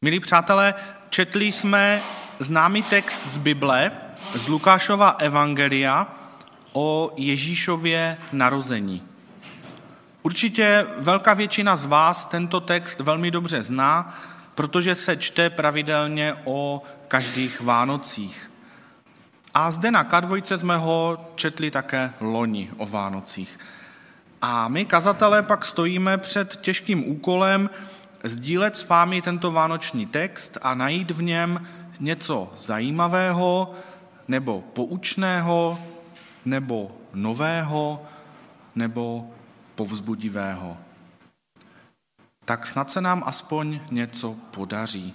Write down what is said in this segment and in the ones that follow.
Milí přátelé, četli jsme známý text z Bible, z Lukášova evangelia o Ježíšově narození. Určitě velká většina z vás tento text velmi dobře zná, protože se čte pravidelně o každých Vánocích. A zde na K2 jsme ho četli také loni o Vánocích. A my, kazatelé, pak stojíme před těžkým úkolem sdílet s vámi tento vánoční text a najít v něm něco zajímavého, nebo poučného, nebo nového, nebo povzbudivého. Tak snad se nám aspoň něco podaří.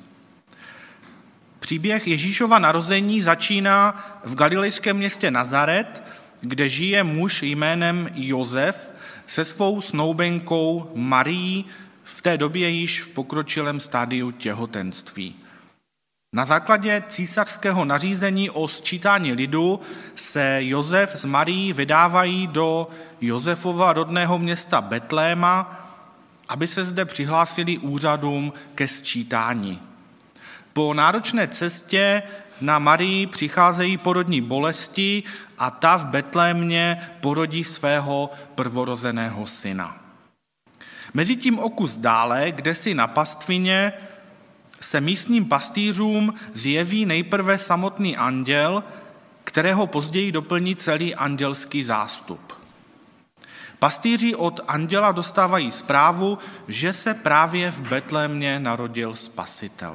Příběh Ježíšova narození začíná v galilejském městě Nazaret, kde žije muž jménem Josef se svou snoubenkou Marií, v té době již v pokročilém stádiu těhotenství. Na základě císařského nařízení o sčítání lidu se Josef s Marií vydávají do Josefova rodného města Betléma, aby se zde přihlásili úřadům ke sčítání. Po náročné cestě na Marii přicházejí porodní bolesti a ta v Betlémě porodí svého prvorozeného syna. Mezitím o kus dále, kdesi na pastvině, se místním pastýřům zjeví nejprve samotný anděl, kterého později doplní celý andělský zástup. Pastýři od anděla dostávají zprávu, že se právě v Betlémě narodil Spasitel.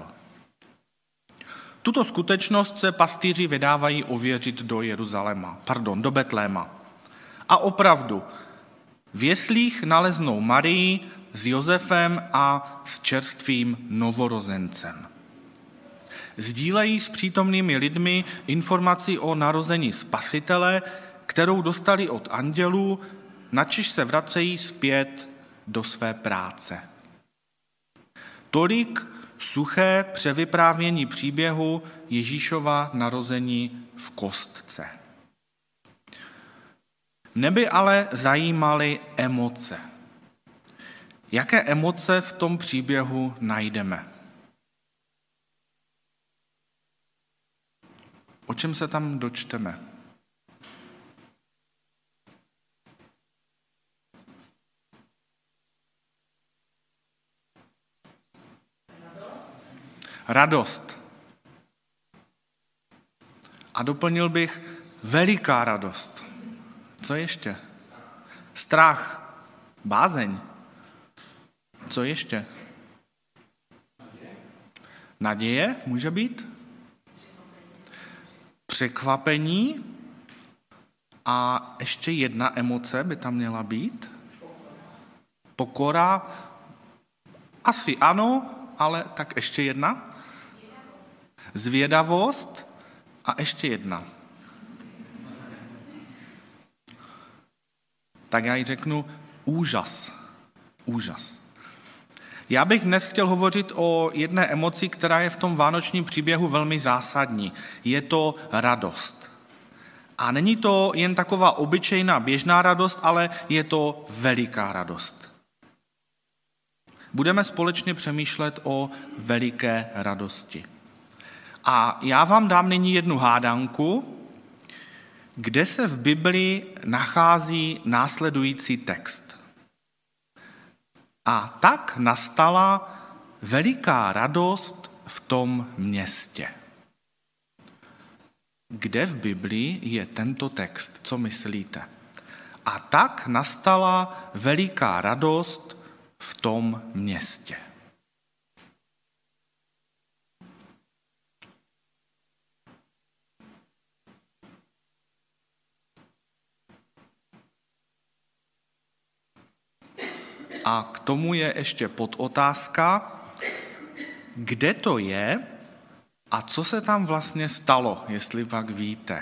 Tuto skutečnost se pastýři vydávají ověřit do Betléma. A opravdu, v jeslích naleznou Marii s Josefem a s čerstvým novorozencem. Sdílejí s přítomnými lidmi informaci o narození Spasitele, kterou dostali od andělů, načež se vracejí zpět do své práce. Tolik suché převyprávění příběhu Ježíšova narození v kostce. Mne by ale zajímaly emoce. Jaké emoce v tom příběhu najdeme? O čem se tam dočteme? Radost. A doplnil bych veliká radost. Co ještě? Strach. Bázeň. Co ještě? Naděje může být? Překvapení. A ještě jedna emoce by tam měla být? Pokora. Asi ano, ale tak ještě jedna. Zvědavost a ještě jedna. Tak já jí řeknu úžas. Úžas. Já bych dnes chtěl hovořit o jedné emoci, která je v tom vánočním příběhu velmi zásadní. Je to radost. A není to jen taková obyčejná běžná radost, ale je to veliká radost. Budeme společně přemýšlet o veliké radosti. A já vám dám nyní jednu hádanku, kde se v Biblii nachází následující text. A tak nastala veliká radost v tom městě. Kde v Biblii je tento text? Co myslíte? A tak nastala veliká radost v tom městě. A k tomu je ještě podotázka, kde to je a co se tam vlastně stalo, jestli pak víte.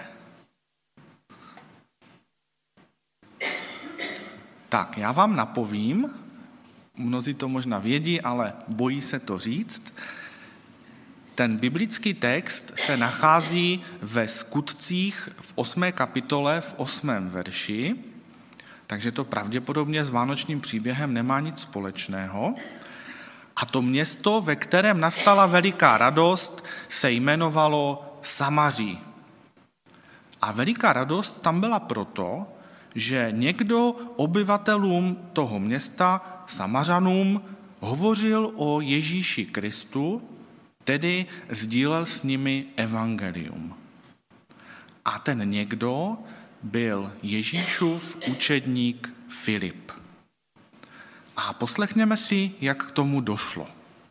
Tak, já vám napovím, mnozí to možná vědí, ale bojí se to říct. Ten biblický text se nachází ve Skutcích v 8. kapitole v 8. verši, takže to pravděpodobně s vánočním příběhem nemá nic společného. A to město, ve kterém nastala veliká radost, se jmenovalo Samaří. A veliká radost tam byla proto, že někdo obyvatelům toho města, Samařanům, hovořil o Ježíši Kristu, tedy sdílel s nimi evangelium. A ten někdo byl Ježíšův učedník Filip. A poslechněme si, jak k tomu došlo.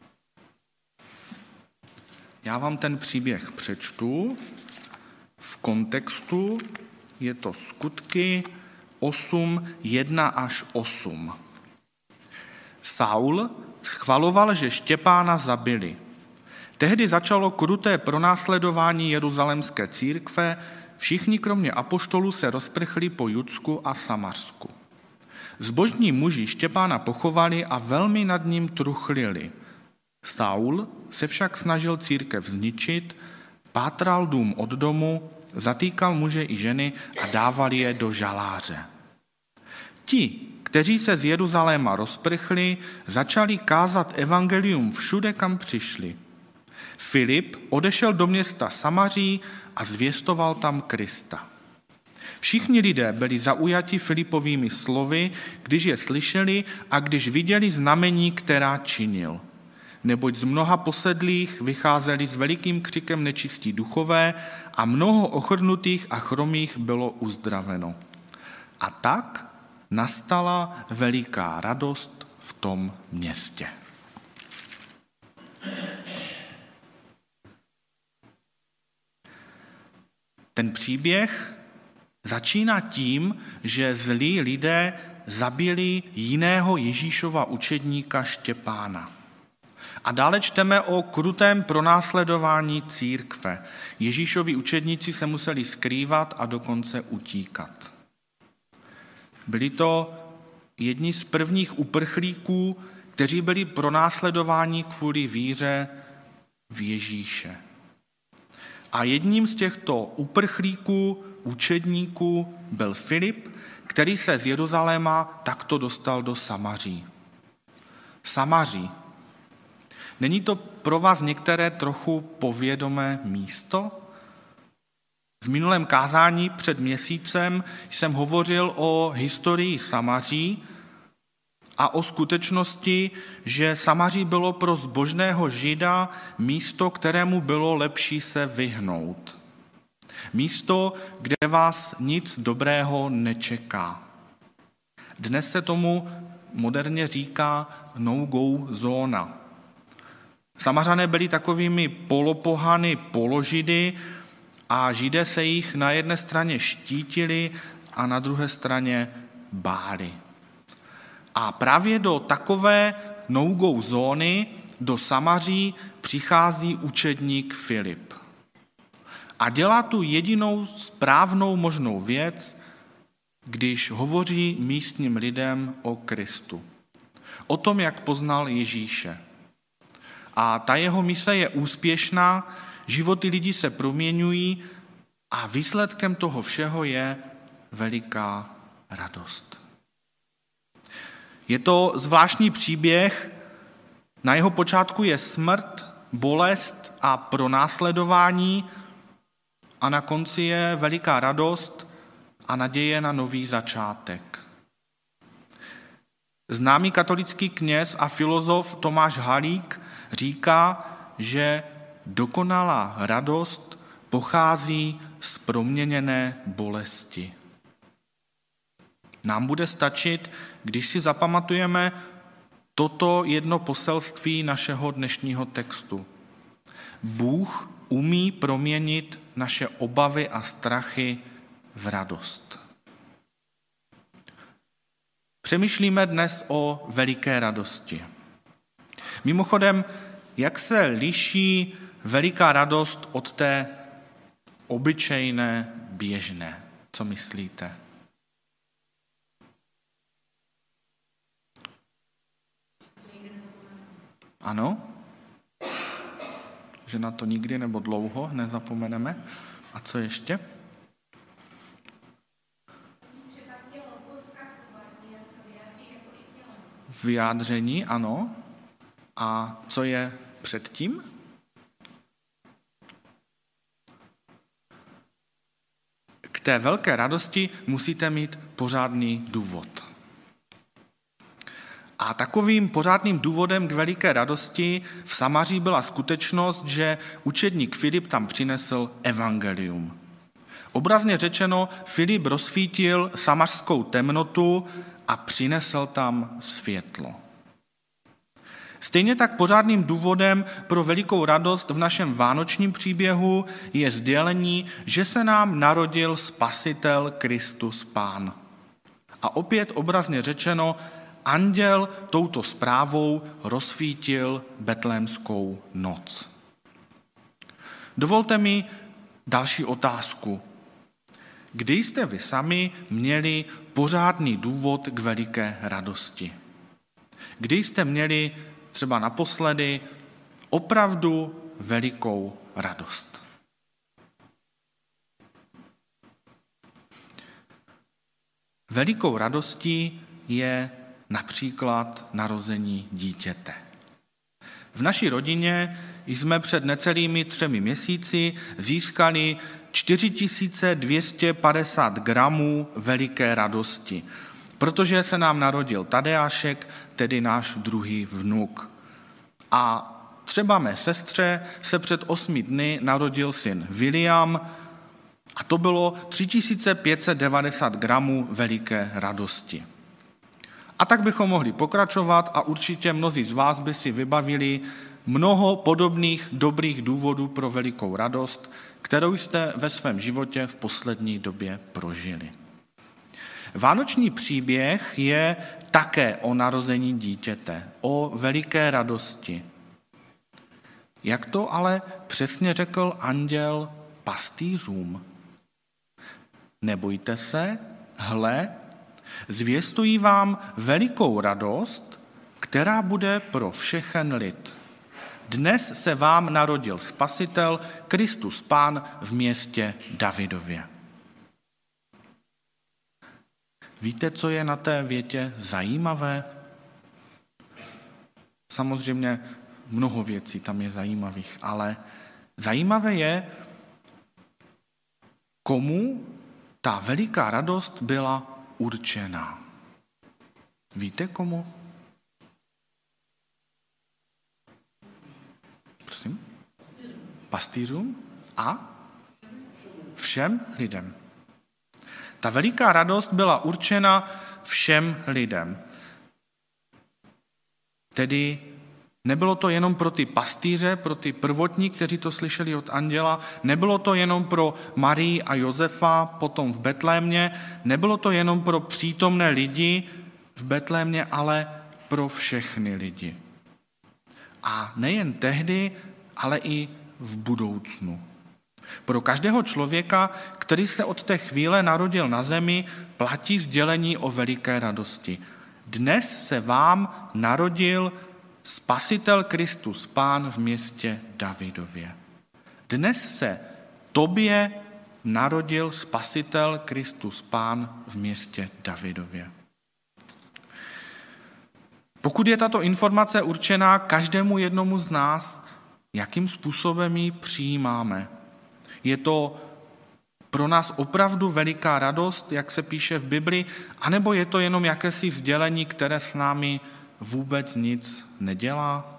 Já vám ten příběh přečtu. V kontextu je to Skutky 8, 1 až 8. Saul schvaloval, že Štěpána zabili. Tehdy začalo kruté pronásledování jeruzalémské církve, všichni kromě apoštolů se rozprchli po Judsku a Samařsku. Zbožní muži Štěpána pochovali a velmi nad ním truchlili. Saul se však snažil církev zničit, pátral dům od domu, zatýkal muže i ženy a dával je do žaláře. Ti, kteří se z Jeruzaléma rozprchli, začali kázat evangelium všude, kam přišli. Filip odešel do města Samaří a zvěstoval tam Krista. Všichni lidé byli zaujati Filipovými slovy, když je slyšeli a když viděli znamení, která činil. Neboť z mnoha posedlých vycházeli s velikým křikem nečistí duchové a mnoho ochrnutých a chromých bylo uzdraveno. A tak nastala veliká radost v tom městě. Ten příběh začíná tím, že zlí lidé zabili jiného Ježíšova učedníka Štěpána. A dále čteme o krutém pronásledování církve. Ježíšovi učedníci se museli skrývat a dokonce utíkat. Byli to jedni z prvních uprchlíků, kteří byli pronásledováni kvůli víře v Ježíše. A jedním z těchto uprchlíků, učedníků byl Filip, který se z Jeruzaléma takto dostal do Samaří. Samaří. Není to pro vás některé trochu povědomé místo? V minulém kázání před měsícem jsem hovořil o historii Samaří a o skutečnosti, že Samaří bylo pro zbožného Žida místo, kterému bylo lepší se vyhnout. Místo, kde vás nic dobrého nečeká. Dnes se tomu moderně říká no-go zóna. Samařané byli takovými polopohany, položidy a Židé se jich na jedné straně štítili a na druhé straně báli. A právě do takové no-go zóny, do Samaří, přichází učedník Filip. A dělá tu jedinou správnou možnou věc, když hovoří místním lidem o Kristu. O tom, jak poznal Ježíše. A ta jeho mise je úspěšná, životy lidí se proměňují a výsledkem toho všeho je veliká radost. Je to zvláštní příběh, na jeho počátku je smrt, bolest a pronásledování a na konci je veliká radost a naděje na nový začátek. Známý katolický kněz a filozof Tomáš Halík říká, že dokonalá radost pochází z proměněné bolesti. Nám bude stačit, když si zapamatujeme toto jedno poselství našeho dnešního textu. Bůh umí proměnit naše obavy a strachy v radost. Přemýšlíme dnes o veliké radosti. Mimochodem, jak se liší veliká radost od té obyčejné, běžné? Co myslíte? Ano? Že na to nikdy nebo dlouho nezapomeneme. A co ještě? Vyjádření, ano. A co je předtím? K té velké radosti musíte mít pořádný důvod. A takovým pořádným důvodem k veliké radosti v Samaří byla skutečnost, že učedník Filip tam přinesl evangelium. Obrazně řečeno, Filip rozsvítil samařskou temnotu a přinesl tam světlo. Stejně tak pořádným důvodem pro velikou radost v našem vánočním příběhu je sdělení, že se nám narodil Spasitel Kristus Pán. A opět obrazně řečeno, anděl touto zprávou rozsvítil betlémskou noc. Dovolte mi další otázku. Kdy jste vy sami měli pořádný důvod k veliké radosti? Kdy jste měli třeba naposledy opravdu velikou radost? Velikou radostí je například narození dítěte. V naší rodině jsme před necelými 3 měsíci získali 4250 gramů veliké radosti, protože se nám narodil Tadeášek, tedy náš druhý vnuk. A třeba mé sestře se před 8 dny narodil syn William a to bylo 3590 gramů veliké radosti. A tak bychom mohli pokračovat a určitě mnozí z vás by si vybavili mnoho podobných dobrých důvodů pro velikou radost, kterou jste ve svém životě v poslední době prožili. Vánoční příběh je také o narození dítěte, o veliké radosti. Jak to ale přesně řekl anděl pastýřům? Nebojte se, hle, zvěstují vám velikou radost, která bude pro všechen lid. Dnes se vám narodil Spasitel, Kristus Pán v městě Davidově. Víte, co je na té větě zajímavé? Samozřejmě mnoho věcí tam je zajímavých, ale zajímavé je, komu ta veliká radost byla určená. Víte komu? Prosím? Pastýřům a všem lidem. Ta veliká radost byla určena všem lidem. Tedy nebylo to jenom pro ty pastýře, pro ty prvotní, kteří to slyšeli od anděla, nebylo to jenom pro Marii a Josefa potom v Betlémě, nebylo to jenom pro přítomné lidi v Betlémě, ale pro všechny lidi. A nejen tehdy, ale i v budoucnu. Pro každého člověka, který se od té chvíle narodil na zemi, platí sdělení o veliké radosti. Dnes se vám narodil Spasitel Kristus Pán v městě Davidově. Dnes se tobě narodil Spasitel Kristus Pán v městě Davidově. Pokud je tato informace určená každému jednomu z nás, jakým způsobem ji přijímáme? Je to pro nás opravdu veliká radost, jak se píše v Bibli, anebo je to jenom jakési sdělení, které s námi vůbec nic nedělá?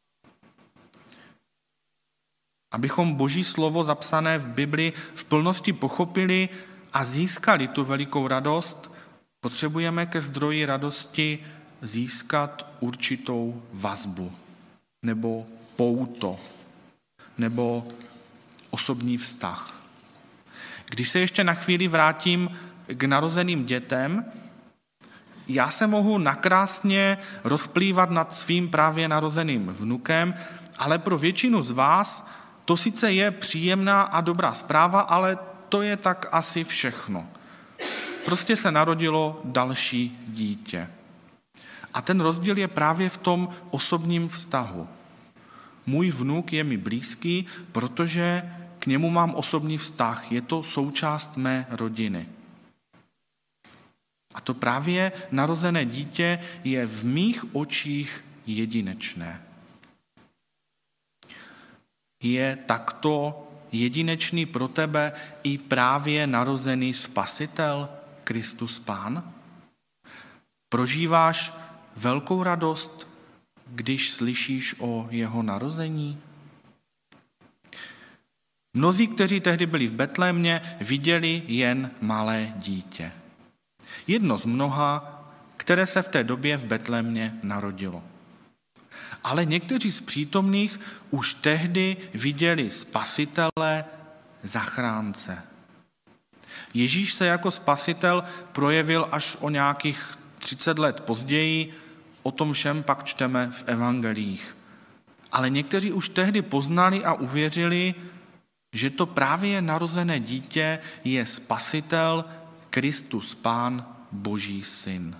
Abychom Boží slovo zapsané v Bibli v plnosti pochopili a získali tu velikou radost, potřebujeme ke zdroji radosti získat určitou vazbu, nebo pouto, nebo osobní vztah. Když se ještě na chvíli vrátím k narozeným dětem, já se mohu nakrásně rozplývat nad svým právě narozeným vnukem, ale pro většinu z vás to sice je příjemná a dobrá zpráva, ale to je tak asi všechno. Prostě se narodilo další dítě. A ten rozdíl je právě v tom osobním vztahu. Můj vnuk je mi blízký, protože k němu mám osobní vztah. Je to součást mé rodiny. A to právě narozené dítě je v mých očích jedinečné. je takto jedinečný pro tebe i právě narozený Spasitel, Kristus Pán? Prožíváš velkou radost, když slyšíš o jeho narození? Mnozí, kteří tehdy byli v Betlémě, viděli jen malé dítě. Jedno z mnoha, které se v té době v Betlémě narodilo. Ale někteří z přítomných už tehdy viděli Spasitele, zachránce. Ježíš se jako Spasitel projevil až o nějakých 30 let později, o tom všem pak čteme v evangeliích. Ale někteří už tehdy poznali a uvěřili, že to právě narozené dítě je Spasitel, Kristus Pán, Boží syn.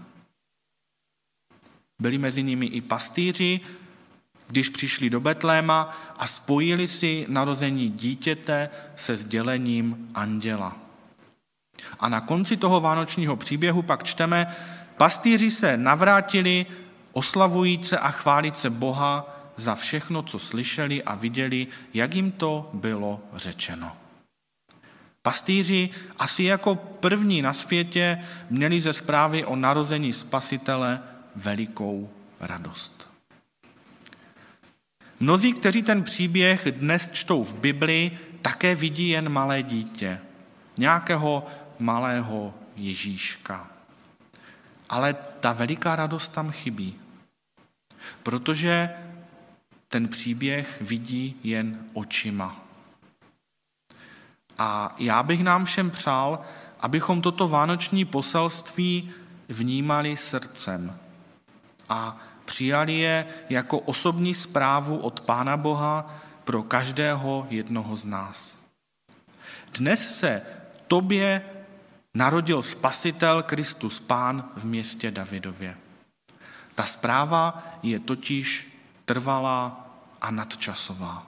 Byli mezi nimi i pastýři, když přišli do Betléma a spojili si narození dítěte se sdělením anděla. A na konci toho vánočního příběhu pak čteme, pastýři se navrátili, oslavujíce a chválíce Boha za všechno, co slyšeli a viděli, jak jim to bylo řečeno. Pastýři asi jako první na světě měli ze zprávy o narození Spasitele velikou radost. Mnozí, kteří ten příběh dnes čtou v Bibli, také vidí jen malé dítě, nějakého malého Ježíška. Ale ta veliká radost tam chybí, protože ten příběh vidí jen očima. A já bych nám všem přál, abychom toto vánoční poselství vnímali srdcem a přijali je jako osobní zprávu od Pána Boha pro každého jednoho z nás. Dnes se tobě narodil Spasitel, Kristus Pán v městě Davidově. Ta zpráva je totiž trvalá a nadčasová.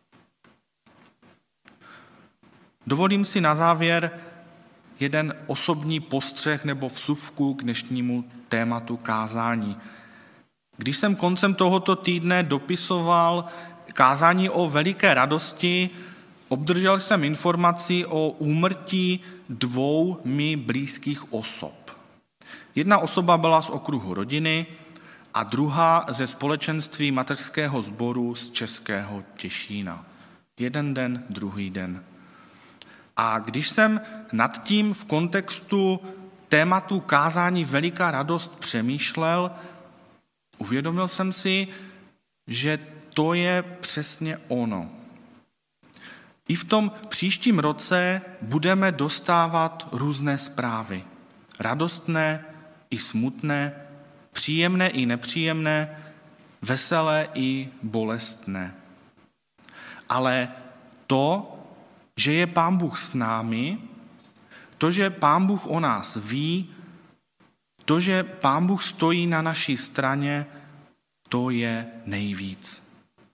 Dovolím si na závěr jeden osobní postřeh nebo vsuvku k dnešnímu tématu kázání. Když jsem koncem tohoto týdne dopisoval kázání o veliké radosti, obdržel jsem informaci o úmrtí 2 mi blízkých osob. Jedna osoba byla z okruhu rodiny a druhá ze společenství mateřského sboru z Českého Těšína. Jeden den, druhý den. A když jsem nad tím v kontextu tématu kázání veliká radost přemýšlel, uvědomil jsem si, že to je přesně ono. I v tom příštím roce budeme dostávat různé zprávy. Radostné i smutné, příjemné i nepříjemné, veselé i bolestné. Ale to, že je Pán Bůh s námi, to, že Pán Bůh o nás ví, to, že Pán Bůh stojí na naší straně, to je nejvíc.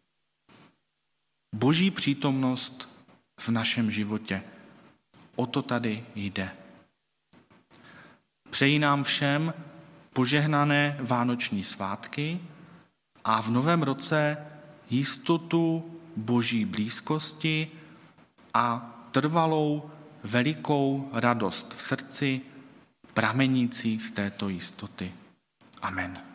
Boží přítomnost v našem životě. O to tady jde. Přeji nám všem požehnané vánoční svátky a v novém roce jistotu Boží blízkosti a trvalou velikou radost v srdci, pramenící z této jistoty. Amen.